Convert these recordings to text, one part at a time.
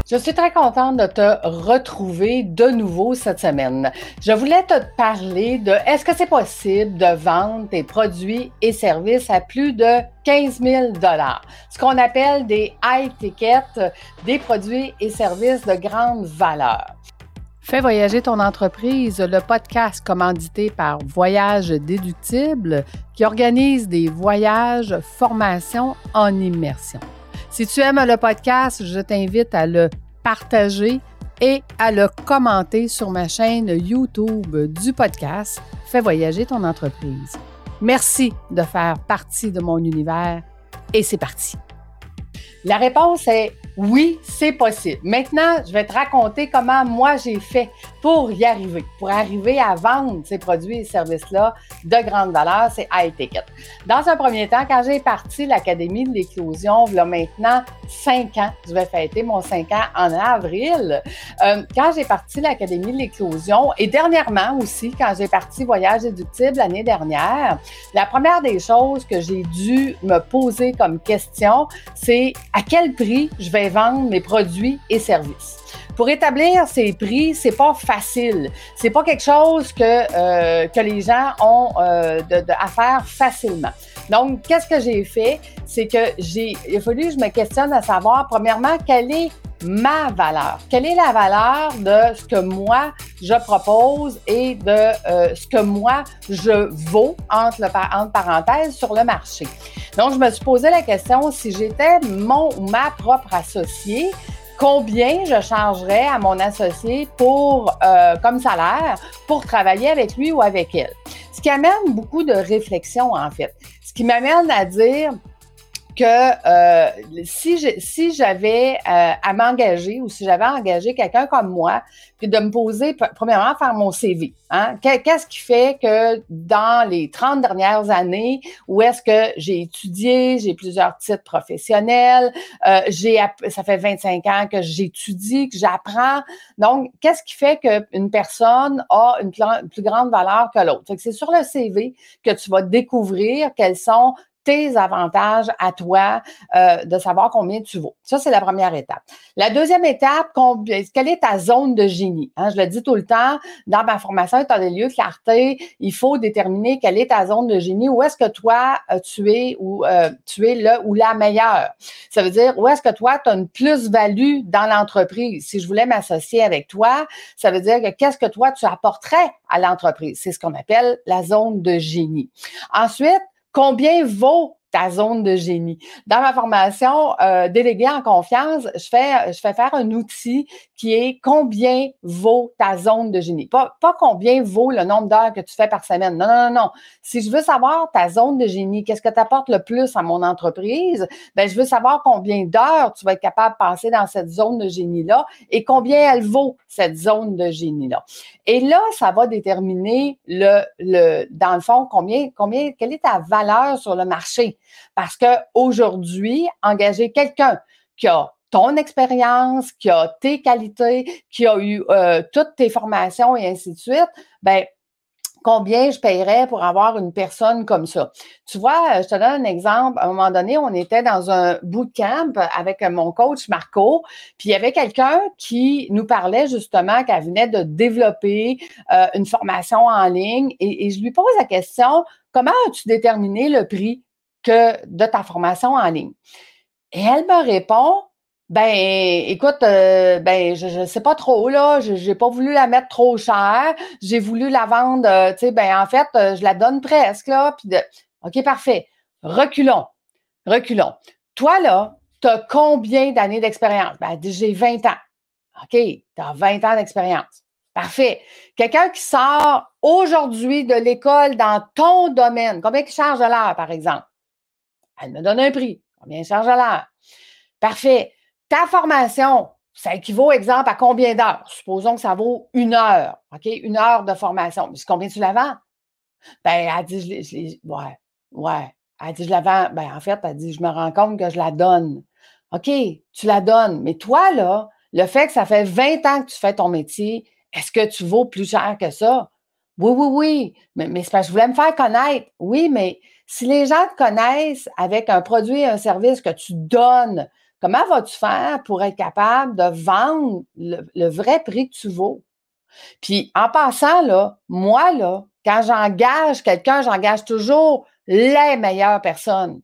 Je suis très contente de te retrouver de nouveau cette semaine. Je voulais te parler de est-ce que c'est possible de vendre tes produits et services à plus de 15 000 $, ce qu'on appelle des high tickets, des produits et services de grande valeur. Fais voyager ton entreprise, le podcast commandité par Voyage Déductible qui organise des voyages, formations en immersion. Si tu aimes le podcast, je t'invite à le partager et à le commenter sur ma chaîne YouTube du podcast Fais voyager ton entreprise. Merci de faire partie de mon univers et c'est parti. La réponse est oui, c'est possible. Maintenant, je vais te raconter comment moi j'ai fait pour y arriver, pour arriver à vendre ces produits et services-là de grande valeur, ces high tickets. Dans un premier temps, quand j'ai parti l'Académie de l'éclosion, il y a maintenant 5 ans, je vais fêter mon 5 ans en avril, quand j'ai parti l'Académie de l'éclosion et dernièrement aussi, quand j'ai parti Voyage Déductible l'année dernière, la première des choses que j'ai dû me poser comme question, c'est à quel prix je vais vendre mes produits et services. Pour établir ces prix, c'est pas facile. C'est pas quelque chose que les gens ont à faire facilement. Donc, qu'est-ce que j'ai fait? C'est que il a fallu que je me questionne à savoir, premièrement, quelle est ma valeur? Quelle est la valeur de ce que moi, je propose et de ce que moi, je vaux, entre parenthèses, sur le marché? Donc, je me suis posé la question, si j'étais mon ou ma propre associée, combien je chargerais à mon associé comme salaire pour travailler avec lui ou avec elle? Ce qui amène beaucoup de réflexion, en fait. Ce qui m'amène à dire que si j'avais à m'engager ou si j'avais engagé quelqu'un comme moi, puis de me poser, premièrement, faire mon CV. Hein? Qu'est-ce qui fait que dans les 30 dernières années, où est-ce que j'ai étudié, j'ai plusieurs titres professionnels, ça fait 25 ans que j'étudie, que j'apprends. Donc, qu'est-ce qui fait qu'une personne a une plus grande valeur que l'autre? Fait que c'est sur le CV que tu vas découvrir quels sont tes avantages à toi, de savoir combien tu vaux. Ça, c'est la première étape. La deuxième étape, quelle est ta zone de génie? Hein, je le dis tout le temps, dans ma formation état des lieux, clarté, il faut déterminer quelle est ta zone de génie, où est-ce que toi, tu es le ou la meilleure. Ça veut dire, où est-ce que toi, tu as une plus-value dans l'entreprise. Si je voulais m'associer avec toi, ça veut dire que qu'est-ce que toi, tu apporterais à l'entreprise. C'est ce qu'on appelle la zone de génie. Ensuite, combien vaut ta zone de génie? Dans ma formation déléguée en confiance, je fais faire un outil qui est combien vaut ta zone de génie. Pas combien vaut le nombre d'heures que tu fais par semaine. Non. Si je veux savoir ta zone de génie, qu'est-ce que tu apportes le plus à mon entreprise, ben je veux savoir combien d'heures tu vas être capable de passer dans cette zone de génie-là et combien elle vaut, cette zone de génie-là. Et là, ça va déterminer dans le fond, quelle est ta valeur sur le marché. Parce que aujourd'hui, engager quelqu'un qui a ton expérience, qui a tes qualités, qui a eu toutes tes formations et ainsi de suite, ben combien je paierais pour avoir une personne comme ça? Tu vois, je te donne un exemple. À un moment donné, on était dans un bootcamp avec mon coach Marco, puis il y avait quelqu'un qui nous parlait justement qu'elle venait de développer une formation en ligne et je lui pose la question, comment as-tu déterminé le prix de ta formation en ligne? Et elle me répond, ben, écoute, je sais pas trop, là, j'ai pas voulu la mettre trop chère, j'ai voulu la vendre, tu sais, ben, en fait, je la donne presque, là, OK, parfait. Reculons. Toi, là, t'as combien d'années d'expérience? Ben, elle dit, j'ai 20 ans. OK, t'as 20 ans d'expérience. Parfait. Quelqu'un qui sort aujourd'hui de l'école dans ton domaine, combien il charge de l'heure, par exemple? Elle me donne un prix. Combien il charge à l'heure? Parfait. Ta formation, ça équivaut, exemple, à combien d'heures? Supposons que ça vaut 1 heure. OK? 1 heure de formation. Mais combien tu la vends? Ben, elle dit, ouais. Elle dit, je la vends. Ben, en fait, elle dit, je me rends compte que je la donne. OK, tu la donnes. Mais toi, là, le fait que ça fait 20 ans que tu fais ton métier, est-ce que tu vaux plus cher que ça? Oui. Mais c'est parce que je voulais me faire connaître. Oui, mais si les gens te connaissent avec un produit et un service que tu donnes Comment vas-tu faire pour être capable de vendre le vrai prix que tu vaux? Puis en passant, là, moi, là, quand j'engage quelqu'un, j'engage toujours les meilleures personnes.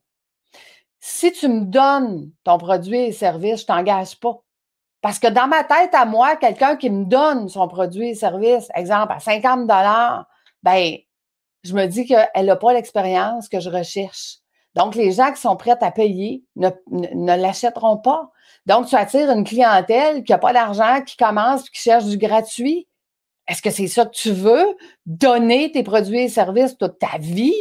Si tu me donnes ton produit et service, je t'engage pas. Parce que dans ma tête, à moi, quelqu'un qui me donne son produit et service, exemple, à 50 ben, je me dis qu'elle n'a pas l'expérience que je recherche. Donc, les gens qui sont prêts à payer ne l'achèteront pas. Donc, tu attires une clientèle qui n'a pas d'argent, qui commence, qui cherche du gratuit. Est-ce que c'est ça que tu veux? Donner tes produits et services toute ta vie?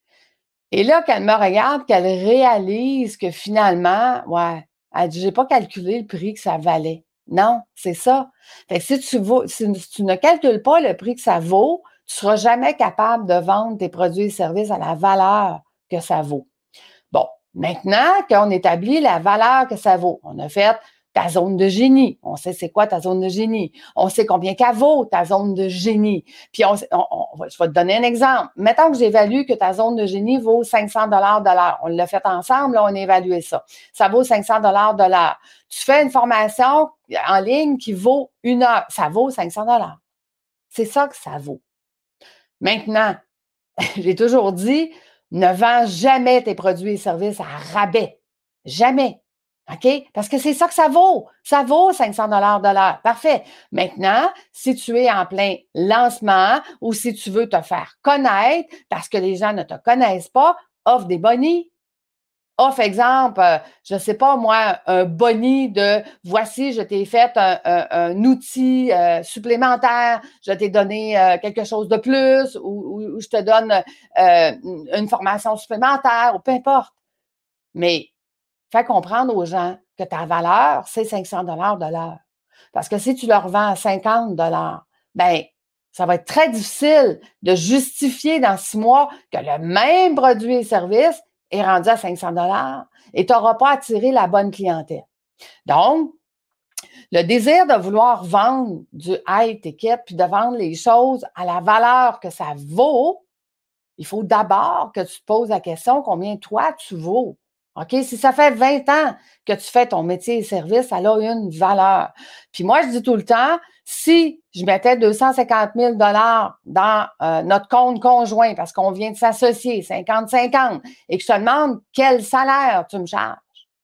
Et là, qu'elle me regarde, qu'elle réalise que finalement, ouais, elle dit, j'ai pas calculé le prix que ça valait. Non, c'est ça. Fait que si tu ne calcules pas le prix que ça vaut, tu seras jamais capable de vendre tes produits et services à la valeur que ça vaut. Bon, maintenant qu'on établit la valeur que ça vaut, on a fait ta zone de génie. On sait c'est quoi ta zone de génie. On sait combien qu'elle vaut ta zone de génie. Puis je vais te donner un exemple. Mettons que j'évalue que ta zone de génie vaut 500 de l'heure. On l'a fait ensemble, là, on a évalué ça. Ça vaut 500 de l'heure. Tu fais une formation en ligne qui vaut 1 heure. Ça vaut 500 C'est ça que ça vaut. Maintenant, j'ai toujours dit, ne vends jamais tes produits et services à rabais. Jamais. OK? Parce que c'est ça que ça vaut. Ça vaut 500 de l'heure. Parfait. Maintenant, si tu es en plein lancement ou si tu veux te faire connaître parce que les gens ne te connaissent pas, offre des bonnies. Offre, exemple, je ne sais pas moi, un boni de voici, je t'ai fait un outil supplémentaire, je t'ai donné quelque chose de plus ou je te donne une formation supplémentaire ou peu importe. Mais fais comprendre aux gens que ta valeur, c'est 500 de l'heure. Parce que si tu leur vends à 50 ben ça va être très difficile de justifier dans 6 mois que le même produit et service est rendu à 500 et tu n'auras pas attiré la bonne clientèle. Donc, le désir de vouloir vendre du high ticket puis de vendre les choses à la valeur que ça vaut, il faut d'abord que tu te poses la question combien toi tu vaux. OK? Si ça fait 20 ans que tu fais ton métier et service, ça a une valeur. Puis moi, je dis tout le temps, si je mettais 250 000 dans notre compte conjoint parce qu'on vient de s'associer 50-50 et que je te demande quel salaire tu me charges,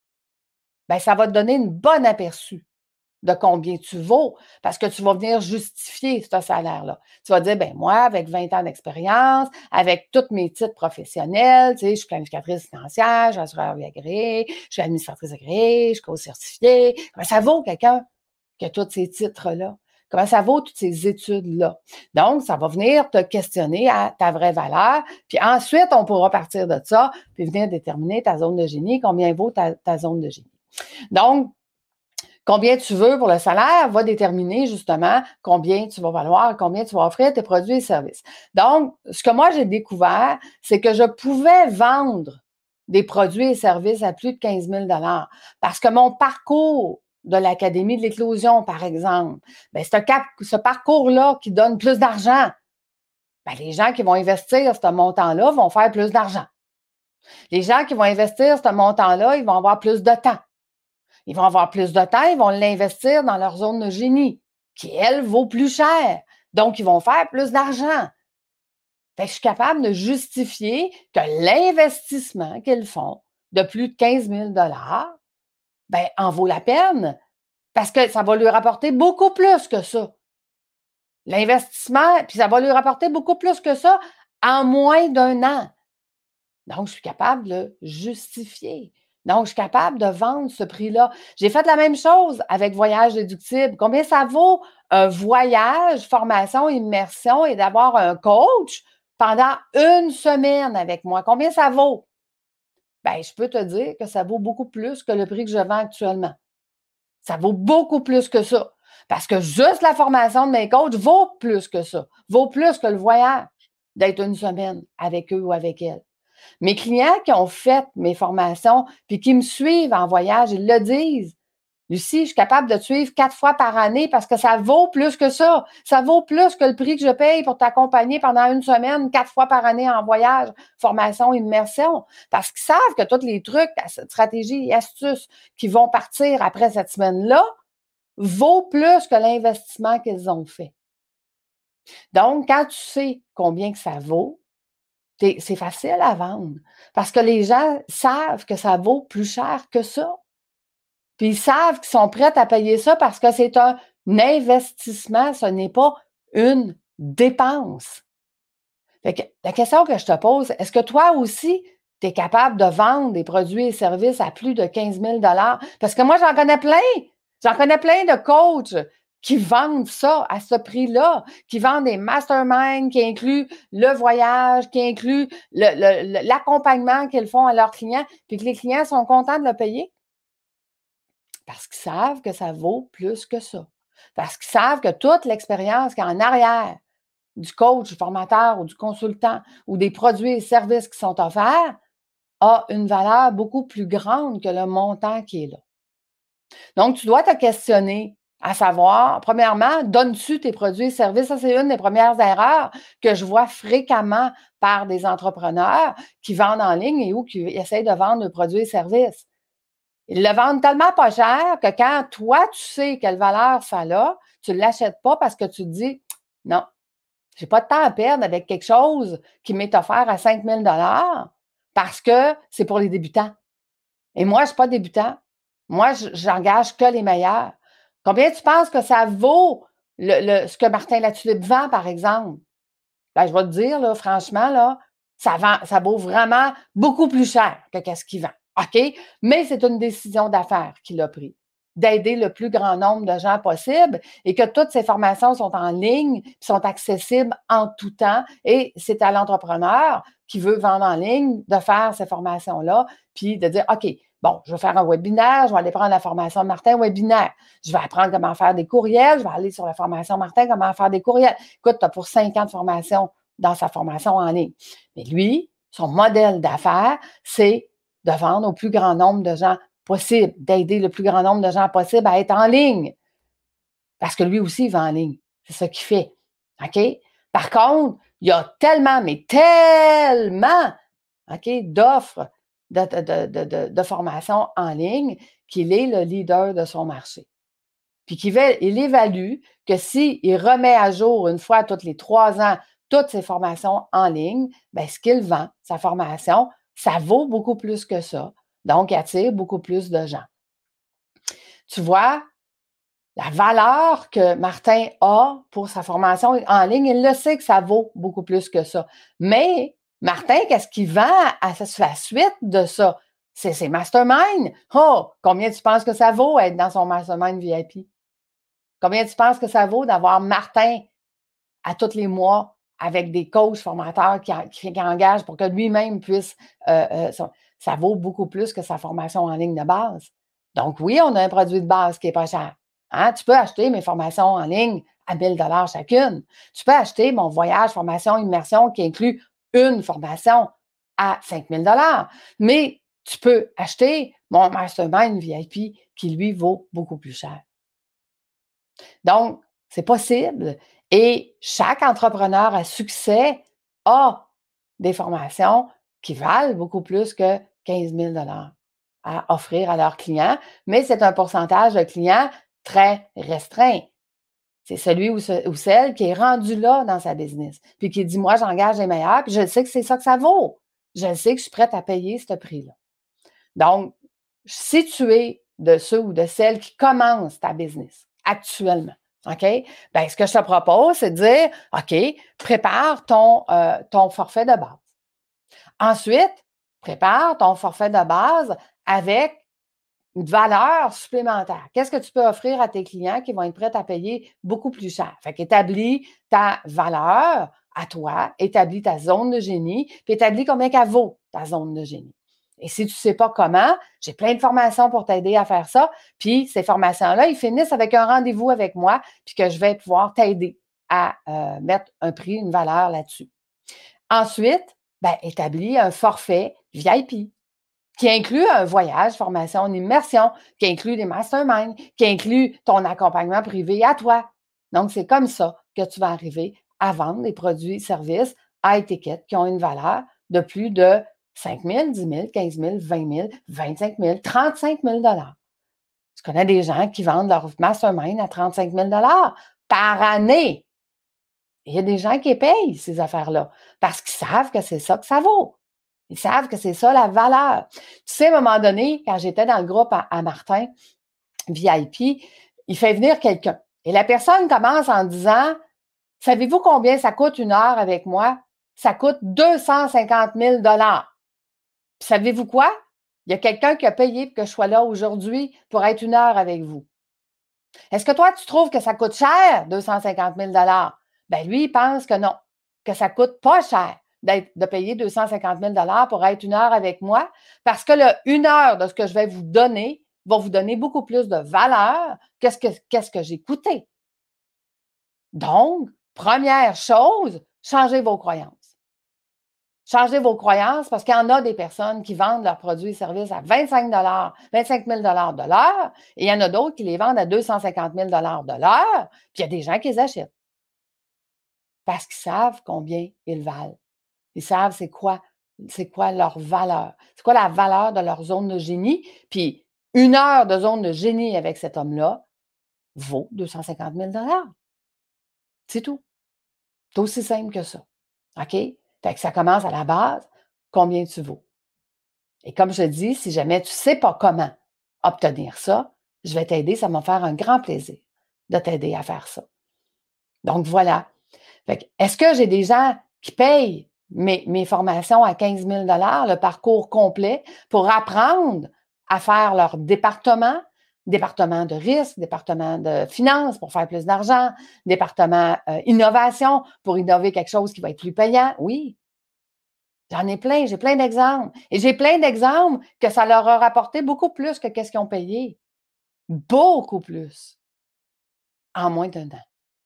ben ça va te donner une bonne aperçu de combien tu vaux, parce que tu vas venir justifier ce salaire-là. Tu vas dire, ben moi, avec 20 ans d'expérience, avec tous mes titres professionnels, tu sais, je suis planificatrice financière, je suis assureur agréé, je suis administratrice agréée, je suis coach certifiée. Comment ça vaut quelqu'un qui a tous ces titres-là? Comment ça vaut toutes ces études-là? Donc, ça va venir te questionner à ta vraie valeur. Puis ensuite, on pourra partir de ça, puis venir déterminer ta zone de génie, combien vaut ta zone de génie. Donc, combien tu veux pour le salaire va déterminer justement combien tu vas valoir, combien tu vas offrir tes produits et services. Donc, ce que moi j'ai découvert, c'est que je pouvais vendre des produits et services à plus de 15 000 parce que mon parcours de l'Académie de l'éclosion, par exemple, ben, ce parcours-là qui donne plus d'argent, ben, les gens qui vont investir ce montant-là vont faire plus d'argent. Les gens qui vont investir ce montant-là, ils vont avoir plus de temps. Ils vont avoir plus de temps, ils vont l'investir dans leur zone de génie, qui, elle, vaut plus cher. Donc, ils vont faire plus d'argent. Fait que je suis capable de justifier que l'investissement qu'ils font de plus de 15 000 ben, en vaut la peine parce que ça va lui rapporter beaucoup plus que ça. L'investissement, puis ça va lui rapporter beaucoup plus que ça en moins d'1 an. Donc, je suis capable de le justifier. Donc, je suis capable de vendre ce prix-là. J'ai fait la même chose avec Voyage déductible. Combien ça vaut un voyage, formation, immersion et d'avoir un coach pendant 1 semaine avec moi? Combien ça vaut? Bien, je peux te dire que ça vaut beaucoup plus que le prix que je vends actuellement. Ça vaut beaucoup plus que ça. Parce que juste la formation de mes coachs vaut plus que ça. Vaut plus que le voyage d'être 1 semaine avec eux ou avec elles. Mes clients qui ont fait mes formations puis qui me suivent en voyage, ils le disent. Lucie, je suis capable de te suivre 4 fois par année parce que ça vaut plus que ça. Ça vaut plus que le prix que je paye pour t'accompagner pendant une semaine, 4 fois par année en voyage, formation, immersion. Parce qu'ils savent que tous les trucs, stratégies et astuces qui vont partir après cette semaine-là vaut plus que l'investissement qu'ils ont fait. Donc, quand tu sais combien que ça vaut, c'est facile à vendre parce que les gens savent que ça vaut plus cher que ça. Puis ils savent qu'ils sont prêts à payer ça parce que c'est un investissement, ce n'est pas une dépense. Fait que la question que je te pose, est-ce que toi aussi, tu es capable de vendre des produits et services à plus de 15 000 Parce que moi, j'en connais plein. J'en connais plein de coachs qui vendent ça à ce prix-là, qui vendent des masterminds qui incluent le voyage, qui incluent l'accompagnement qu'ils font à leurs clients, puis que les clients sont contents de le payer. Parce qu'ils savent que ça vaut plus que ça. Parce qu'ils savent que toute l'expérience qu'il y a en arrière du coach, du formateur ou du consultant ou des produits et services qui sont offerts a une valeur beaucoup plus grande que le montant qui est là. Donc, tu dois te questionner à savoir, premièrement, donnes-tu tes produits et services? Ça, c'est une des premières erreurs que je vois fréquemment par des entrepreneurs qui vendent en ligne et ou qui essayent de vendre leurs produits et services. Ils le vendent tellement pas cher que quand toi, tu sais quelle valeur ça a, tu ne l'achètes pas parce que tu te dis non, j'ai pas de temps à perdre avec quelque chose qui m'est offert à 5 000 parce que c'est pour les débutants. Et moi, je ne suis pas débutant. Moi, j'engage que les meilleurs. Combien tu penses que ça vaut ce que Martin Latulippe vend, par exemple? Ben, je vais te dire, là, franchement, là, ça vaut vraiment beaucoup plus cher que qu'est-ce qu'il vend. OK? Mais c'est une décision d'affaires qu'il a prise, d'aider le plus grand nombre de gens possible et que toutes ces formations sont en ligne, sont accessibles en tout temps et c'est à l'entrepreneur qui veut vendre en ligne de faire ces formations-là puis de dire, OK, bon, je vais faire un webinaire, je vais aller prendre la formation Martin webinaire. Je vais apprendre comment faire des courriels, je vais aller sur la formation Martin, comment faire des courriels. Écoute, tu as pour 5 ans de formation dans sa formation en ligne. Mais lui, son modèle d'affaires, c'est de vendre au plus grand nombre de gens possible, d'aider le plus grand nombre de gens possible à être en ligne. Parce que lui aussi, il va en ligne. C'est ça qu'il fait. OK? Par contre, il y a tellement, mais tellement, OK, d'offres de formation en ligne qu'il est le leader de son marché. Puis il évalue que s'il remet à jour une fois tous les 3 ans toutes ses formations en ligne, bien, ce qu'il vend, sa formation, ça vaut beaucoup plus que ça. Donc, il attire beaucoup plus de gens. Tu vois, la valeur que Martin a pour sa formation en ligne, il le sait que ça vaut beaucoup plus que ça. Mais Martin, qu'est-ce qu'il vend à la suite de ça? C'est ses masterminds. Oh, combien tu penses que ça vaut être dans son mastermind VIP? Combien tu penses que ça vaut d'avoir Martin à tous les mois avec des coachs formateurs qui engagent pour que lui-même puisse... ça vaut beaucoup plus que sa formation en ligne de base. Donc oui, on a un produit de base qui n'est pas cher. Hein? Tu peux acheter mes formations en ligne à 1 000 chacune. Tu peux acheter mon voyage, formation, immersion qui inclut une formation à 5 000 mais tu peux acheter mon mastermind VIP qui, lui, vaut beaucoup plus cher. Donc, c'est possible. Et chaque entrepreneur à succès a des formations qui valent beaucoup plus que 15 000 à offrir à leurs clients, mais c'est un pourcentage de clients très restreint. C'est celui ou celle qui est rendu là dans sa business, puis qui dit, moi, j'engage les meilleurs, puis je sais que c'est ça que ça vaut. Je sais que je suis prête à payer ce prix-là. Donc, si tu es de ceux ou de celles qui commencent ta business actuellement, OK? Bien, ce que je te propose, c'est de dire, OK, prépare ton forfait de base. Ensuite, prépare ton forfait de base avec une valeur supplémentaire. Qu'est-ce que tu peux offrir à tes clients qui vont être prêts à payer beaucoup plus cher? Fait qu'établis ta valeur à toi, établis ta zone de génie, puis établis combien qu'elle vaut ta zone de génie. Et si tu ne sais pas comment, j'ai plein de formations pour t'aider à faire ça. Puis ces formations-là, ils finissent avec un rendez-vous avec moi, puis que je vais pouvoir t'aider à mettre un prix, une valeur là-dessus. Ensuite, ben, établis un forfait VIP. qui inclut un voyage, formation en immersion, qui inclut des masterminds, qui inclut ton accompagnement privé à toi. Donc, c'est comme ça que tu vas arriver à vendre des produits et services à étiquette qui ont une valeur de plus de 5 000, 10 000, 15 000, 20 000, 25 000, 35 000 $. Je connais des gens qui vendent leur mastermind à 35 000 $ par année. Il y a des gens qui payent ces affaires-là parce qu'ils savent que c'est ça que ça vaut. Ils savent que c'est ça la valeur. Tu sais, à un moment donné, quand j'étais dans le groupe à Martin, VIP, il fait venir quelqu'un. Et la personne commence en disant, savez-vous combien ça coûte une heure avec moi? Ça coûte 250 000 $. Puis savez-vous quoi? Il y a quelqu'un qui a payé pour que je sois là aujourd'hui pour être une heure avec vous. Est-ce que toi, tu trouves que ça coûte cher, 250 000 $? Ben lui, il pense que non, que ça coûte pas cher de payer 250 000 $ pour être une heure avec moi, parce que une heure de ce que je vais vous donner va vous donner beaucoup plus de valeur que ce que j'ai coûté. Donc, première chose, changez vos croyances. Changez vos croyances parce qu'il y en a des personnes qui vendent leurs produits et services à 25 000 $ de l'heure et il y en a d'autres qui les vendent à 250 000 $ de l'heure, puis il y a des gens qui les achètent parce qu'ils savent combien ils valent. Ils savent c'est quoi leur valeur. C'est quoi la valeur de leur zone de génie. Puis une heure de zone de génie avec cet homme-là vaut 250 000 $. C'est tout. C'est aussi simple que ça. OK? Fait que ça commence à la base, combien tu vaux. Et comme je dis, si jamais tu ne sais pas comment obtenir ça, je vais t'aider, ça va me faire un grand plaisir de t'aider à faire ça. Donc voilà. Fait que, est-ce que j'ai des gens qui payent mes formations à 15 000 $, le parcours complet, pour apprendre à faire leur département de risque, département de finances pour faire plus d'argent, département innovation pour innover quelque chose qui va être plus payant? Oui. J'en ai plein, j'ai plein d'exemples. Et j'ai plein d'exemples que ça leur a rapporté beaucoup plus que qu'est-ce qu'ils ont payé. Beaucoup plus. En moins d'un an.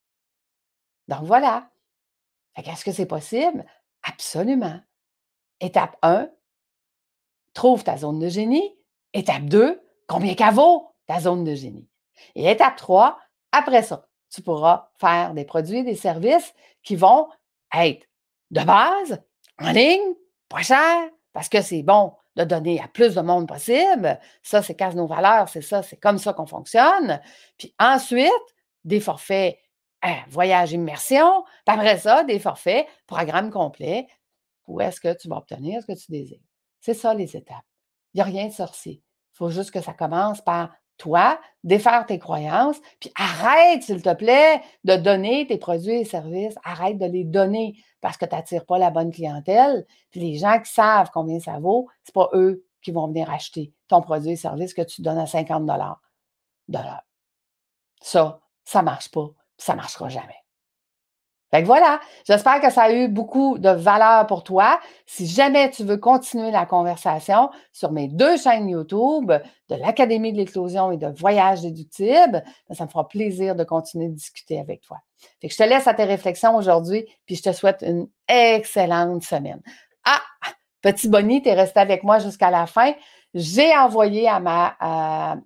Donc voilà. Est-ce que c'est possible? Absolument. Étape 1, trouve ta zone de génie. Étape 2, combien qu'elle vaut ta zone de génie. Et étape 3, après ça, tu pourras faire des produits et des services qui vont être de base, en ligne, pas cher, parce que c'est bon de donner à plus de monde possible. Ça, c'est casse nos valeurs, c'est ça, c'est comme ça qu'on fonctionne. Puis ensuite, des forfaits voyage immersion, puis après ça, des forfaits, programme complet, où est-ce que tu vas obtenir ce que tu désires. C'est ça les étapes. Il n'y a rien de sorcier. Il faut juste que ça commence par toi, défaire tes croyances, puis arrête, s'il te plaît, de donner tes produits et services. Arrête de les donner parce que tu n'attires pas la bonne clientèle. Puis les gens qui savent combien ça vaut, ce n'est pas eux qui vont venir acheter ton produit et service que tu donnes à 50 $ de l'heure. Ça ne marche pas, ça ne marchera jamais. Fait que voilà, j'espère que ça a eu beaucoup de valeur pour toi. Si jamais tu veux continuer la conversation sur mes 2 chaînes YouTube, de l'Académie de l'éclosion et de Voyage déductible, ça me fera plaisir de continuer de discuter avec toi. Fait que je te laisse à tes réflexions aujourd'hui, puis je te souhaite une excellente semaine. Ah! Petit Bonnie, tu es resté avec moi jusqu'à la fin. J'ai envoyé à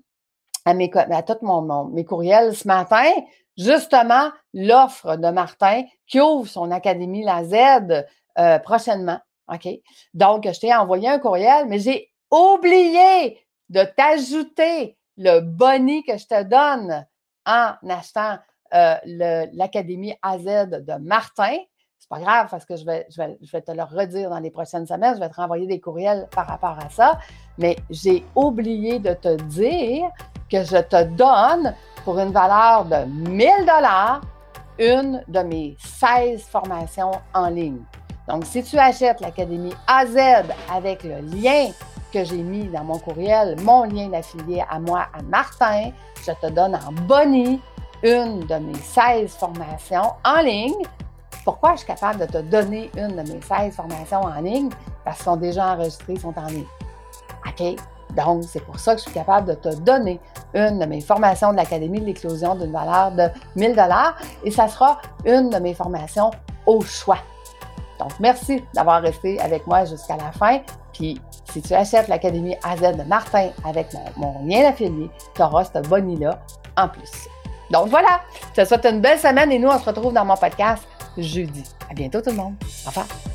tous mes courriels ce matin, justement, l'offre de Martin qui ouvre son Académie La Z prochainement. OK? Donc, je t'ai envoyé un courriel, mais j'ai oublié de t'ajouter le boni que je te donne en achetant l'Académie AZ de Martin. C'est pas grave parce que je vais te le redire dans les prochaines semaines. Je vais te renvoyer des courriels par rapport à ça. Mais j'ai oublié de te dire que je te donne pour une valeur de 1 000 $ une de mes 16 formations en ligne. Donc, si tu achètes l'Académie AZ avec le lien que j'ai mis dans mon courriel, mon lien d'affilié à moi, à Martin, je te donne en boni une de mes 16 formations en ligne. Pourquoi je suis capable de te donner une de mes 16 formations en ligne? Parce qu'elles sont déjà enregistrées, sont en ligne. OK? Donc, c'est pour ça que je suis capable de te donner une de mes formations de l'Académie de l'éclosion d'une valeur de 1 000 $ et ça sera une de mes formations au choix. Donc, merci d'avoir resté avec moi jusqu'à la fin. Puis, Si tu achètes l'Académie AZ de Martin avec mon lien d'affilié, tu auras ce bonus-là en plus. Donc voilà, je te souhaite une belle semaine et nous, on se retrouve dans mon podcast jeudi. À bientôt tout le monde. Au revoir.